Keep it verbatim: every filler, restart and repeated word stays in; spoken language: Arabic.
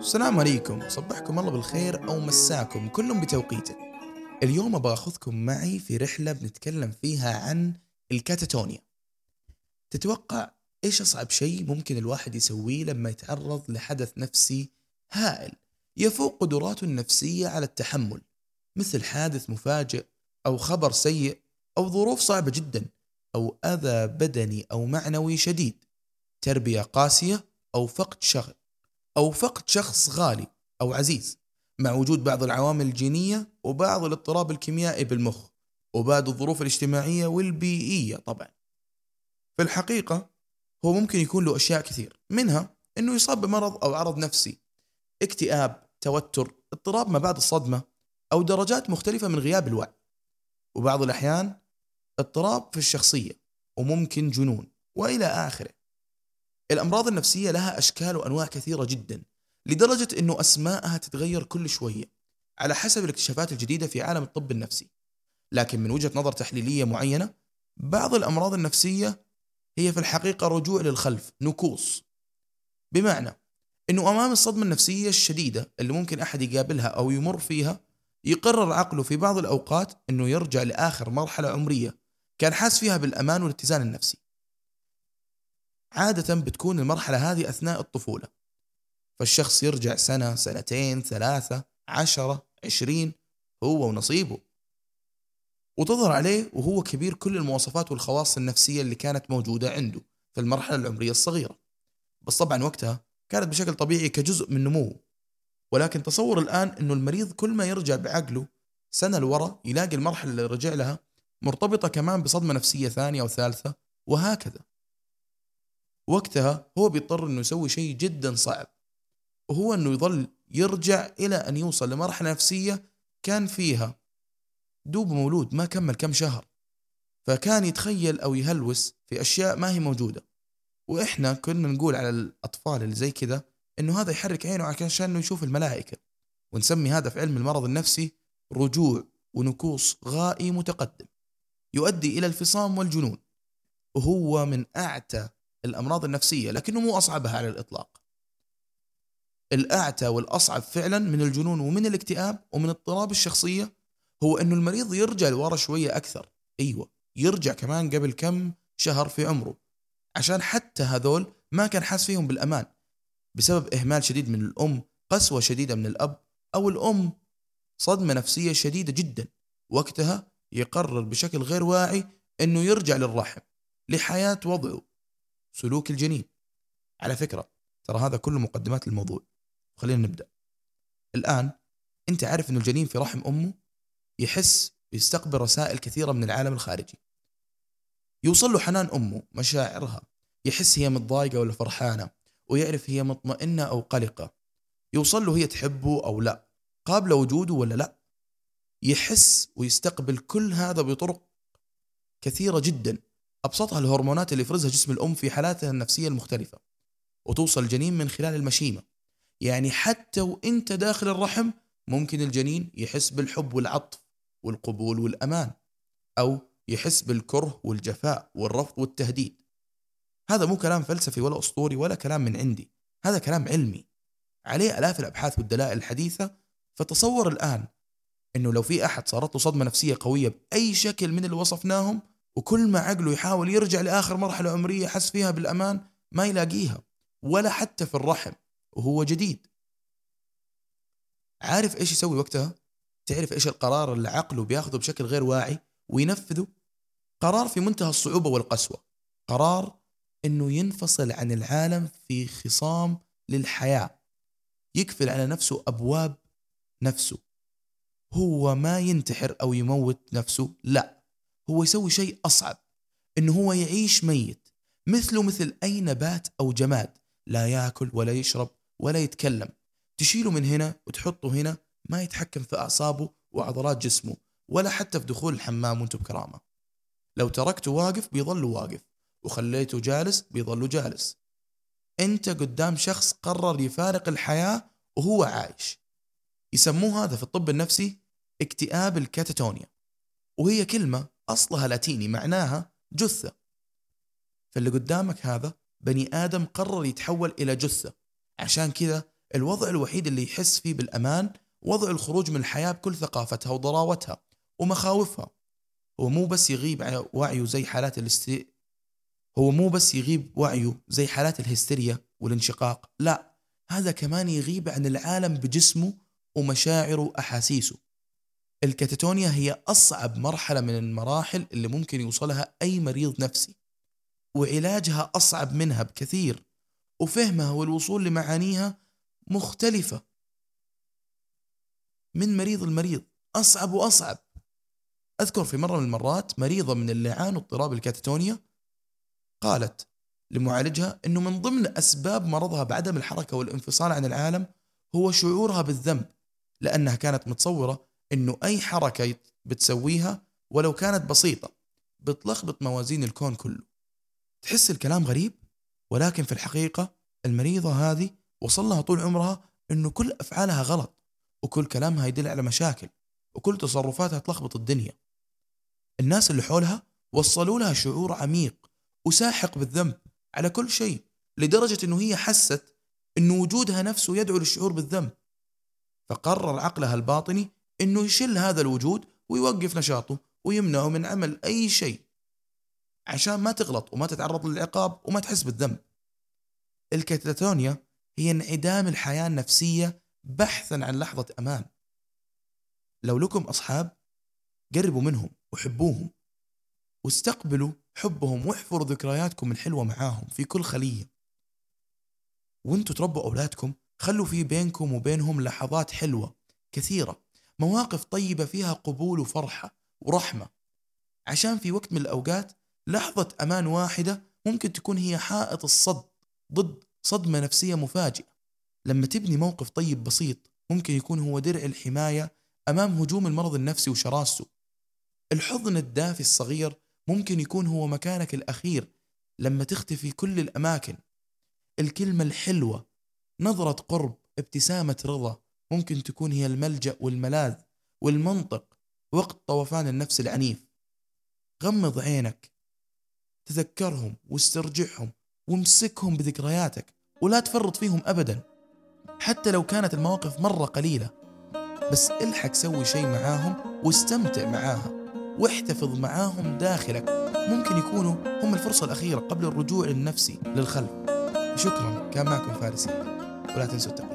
السلام عليكم، صبحكم الله بالخير أو مساكم كلهم بتوقيته. اليوم أبغى أخذكم معي في رحلة بنتكلم فيها عن الكاتاتونيا. تتوقع إيش أصعب شيء ممكن الواحد يسويه لما يتعرض لحدث نفسي هائل يفوق قدراته النفسية على التحمل، مثل حادث مفاجئ أو خبر سيء أو ظروف صعبة جدا أو أذى بدني أو معنوي شديد، تربية قاسية أو فقد شغف أو فقد شخص غالي أو عزيز، مع وجود بعض العوامل الجينية وبعض الاضطراب الكيميائي بالمخ وبعض الظروف الاجتماعية والبيئية. طبعا في الحقيقة هو ممكن يكون له أشياء كثير، منها أنه يصاب بمرض أو عرض نفسي، اكتئاب، توتر، اضطراب ما بعد الصدمة، أو درجات مختلفة من غياب الوعي، وبعض الأحيان اضطراب في الشخصية، وممكن جنون، وإلى آخره. الأمراض النفسية لها أشكال وأنواع كثيرة جدا، لدرجة أنه أسماءها تتغير كل شوية على حسب الاكتشافات الجديدة في عالم الطب النفسي. لكن من وجهة نظر تحليلية معينة، بعض الأمراض النفسية هي في الحقيقة رجوع للخلف، نكوص، بمعنى أنه أمام الصدمة النفسية الشديدة اللي ممكن أحد يقابلها أو يمر فيها، يقرر عقله في بعض الأوقات أنه يرجع لآخر مرحلة عمرية كان حاس فيها بالأمان والاتزان النفسي. عادة بتكون المرحلة هذه أثناء الطفولة، فالشخص يرجع سنة، سنتين، ثلاثة، عشرة، عشرين، هو ونصيبه، وتظهر عليه وهو كبير كل المواصفات والخواص النفسية اللي كانت موجودة عنده في المرحلة العمرية الصغيرة. بس طبعا وقتها كانت بشكل طبيعي كجزء من نموه. ولكن تصور الآن أنه المريض كل ما يرجع بعقله سنة لورا يلاقي المرحلة اللي رجع لها مرتبطة كمان بصدمة نفسية ثانية أو ثالثة، وهكذا. وقتها هو بيضطر أنه يسوي شيء جدا صعب، وهو أنه يظل يرجع إلى أن يوصل لمرحلة نفسية كان فيها دوب مولود ما كمل كم شهر، فكان يتخيل أو يهلوس في أشياء ما هي موجودة. وإحنا كنا نقول على الأطفال اللي زي كذا أنه هذا يحرك عينه عشان يشوف الملائكة، ونسمي هذا في علم المرض النفسي رجوع ونكوص غائي متقدم يؤدي إلى الفصام والجنون، وهو من أعتى الأمراض النفسية لكنه مو أصعبها على الإطلاق. الأعتى والأصعب فعلا من الجنون ومن الاكتئاب ومن اضطراب الشخصية هو أنه المريض يرجع لورا شوية أكثر، أيوة يرجع كمان قبل كم شهر في عمره، عشان حتى هذول ما كان حاس فيهم بالأمان بسبب إهمال شديد من الأم، قسوة شديدة من الأب، أو الأم صدمة نفسية شديدة جدا. وقتها يقرر بشكل غير واعي أنه يرجع للرحم لحياة وضعه سلوك الجنين. على فكرة ترى هذا كله مقدمات الموضوع، خلينا نبدأ. الآن أنت عارف أن الجنين في رحم أمه يحس ويستقبل رسائل كثيرة من العالم الخارجي، يوصل له حنان أمه، مشاعرها، يحس هي متضايقة ولا فرحانة، ويعرف هي مطمئنة أو قلقة، يوصل له هي تحبه أو لا، قابل وجوده ولا لا. يحس ويستقبل كل هذا بطرق كثيرة جدا، أبسطها الهرمونات اللي يفرزها جسم الأم في حالاتها النفسية المختلفة، وتوصل الجنين من خلال المشيمة. يعني حتى وانت داخل الرحم ممكن الجنين يحس بالحب والعطف والقبول والأمان، أو يحس بالكره والجفاء والرفض والتهديد. هذا مو كلام فلسفي ولا أسطوري ولا كلام من عندي، هذا كلام علمي عليه آلاف الأبحاث والدلائل الحديثة. فتصور الآن أنه لو في أحد صارت له صدمة نفسية قوية بأي شكل من اللي وصفناهم، وكل ما عقله يحاول يرجع لآخر مرحلة عمرية حس فيها بالأمان ما يلاقيها، ولا حتى في الرحم وهو جديد. عارف إيش يسوي وقتها؟ تعرف إيش القرار اللي عقله بياخذه بشكل غير واعي وينفذه؟ قرار في منتهى الصعوبة والقسوة، قرار إنه ينفصل عن العالم في خصام للحياة، يقفل على نفسه أبواب نفسه. هو ما ينتحر أو يموت نفسه، لا، هو يسوي شيء أصعب، إنه هو يعيش ميت مثله مثل أي نبات أو جماد، لا يأكل ولا يشرب ولا يتكلم. تشيله من هنا وتحطه هنا، ما يتحكم في أعصابه وعضلات جسمه، ولا حتى في دخول الحمام وانتو بكرامة. لو تركته واقف بيظل واقف، وخليته جالس بيظل جالس. انت قدام شخص قرر يفارق الحياة وهو عايش. يسموه هذا في الطب النفسي اكتئاب الكاتاتونيا، وهي كلمة أصلها لاتيني معناها جثة. فاللي قدامك هذا بني آدم قرر يتحول إلى جثة، عشان كذا الوضع الوحيد اللي يحس فيه بالأمان وضع الخروج من الحياة بكل ثقافتها وضراوتها ومخاوفها. هو مو بس يغيب وعيه زي حالات الاست هو مو بس يغيب وعيه زي حالات الهستيريا والانشقاق، لا، هذا كمان يغيب عن العالم بجسمه ومشاعره وأحاسيسه. الكاتاتونيا هي أصعب مرحلة من المراحل اللي ممكن يوصلها أي مريض نفسي، وعلاجها أصعب منها بكثير، وفهمها والوصول لمعانيها مختلفة من مريض المريض، أصعب وأصعب. أذكر في مرة من المرات مريضة من اللي عانوا اضطراب الكاتاتونيا قالت لمعالجها أنه من ضمن أسباب مرضها بعدم الحركة والانفصال عن العالم هو شعورها بالذنب، لأنها كانت متصورة أنه أي حركة بتسويها ولو كانت بسيطة بتلخبط موازين الكون كله. تحس الكلام غريب، ولكن في الحقيقة المريضة هذه وصل لها طول عمرها أنه كل أفعالها غلط، وكل كلامها يدل على مشاكل، وكل تصرفاتها تلخبط الدنيا. الناس اللي حولها وصلوا لها شعور عميق وساحق بالذنب على كل شيء، لدرجة أنه هي حست أنه وجودها نفسه يدعو للشعور بالذنب، فقرر عقلها الباطني أنه يشل هذا الوجود ويوقف نشاطه ويمنعه من عمل أي شيء عشان ما تغلط وما تتعرض للعقاب وما تحس بالذنب. الكاتاتونيا هي انعدام الحياة النفسية بحثا عن لحظة أمان. لو لكم أصحاب قربوا منهم وحبوهم واستقبلوا حبهم، واحفروا ذكرياتكم الحلوة معاهم في كل خلية. وانتوا تربوا أولادكم خلوا في بينكم وبينهم لحظات حلوة كثيرة، مواقف طيبة فيها قبول وفرحة ورحمة، عشان في وقت من الأوقات لحظة أمان واحدة ممكن تكون هي حائط الصد ضد صدمة نفسية مفاجئة. لما تبني موقف طيب بسيط ممكن يكون هو درع الحماية أمام هجوم المرض النفسي وشراسته. الحضن الدافي الصغير ممكن يكون هو مكانك الأخير لما تختفي كل الأماكن. الكلمة الحلوة، نظرة قرب، ابتسامة رضا ممكن تكون هي الملجأ والملاذ والمنطق وقت طوفان النفس العنيف. غمض عينك، تذكرهم واسترجعهم وامسكهم بذكرياتك ولا تفرط فيهم أبدا، حتى لو كانت المواقف مرة قليلة، بس الحق سوي شيء معاهم واستمتع معاها واحتفظ معاهم داخلك. ممكن يكونوا هم الفرصة الأخيرة قبل الرجوع للنفسي للخلف. شكرا، كان معكم فارسي، ولا تنسوا التقييم.